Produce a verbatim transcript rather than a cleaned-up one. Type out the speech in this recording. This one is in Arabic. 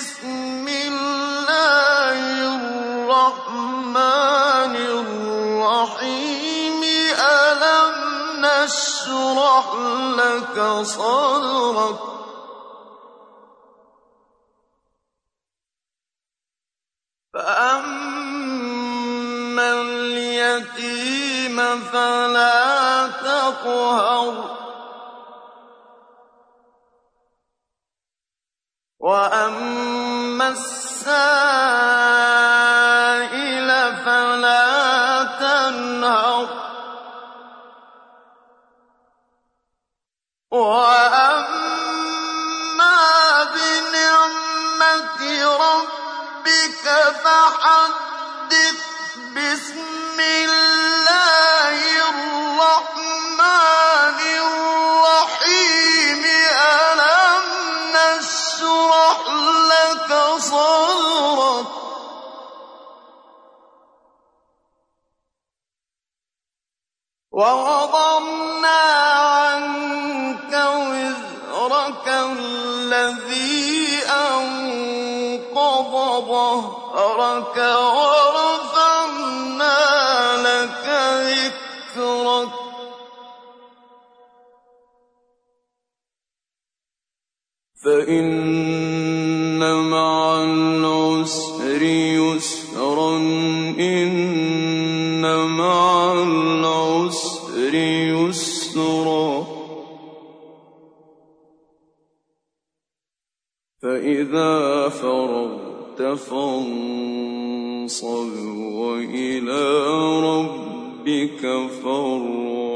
بسم الله الرحمن الرحيم ألم نشرح لك صدرك فأما اليتيم فلا تقهر وأما السائل فلا تنهر وأما بنعمة ربك فحدث بسم الله الرحمن الرحيم ألم نشرح لك صدرك ووضعنا عنك وزرك الذي أنقض ظهرك ورفعنا لك ذكرك فإن مع العسر يسرا إن مع العسر يسرا فإذا فرغت فانصب وإلى ربك فارغب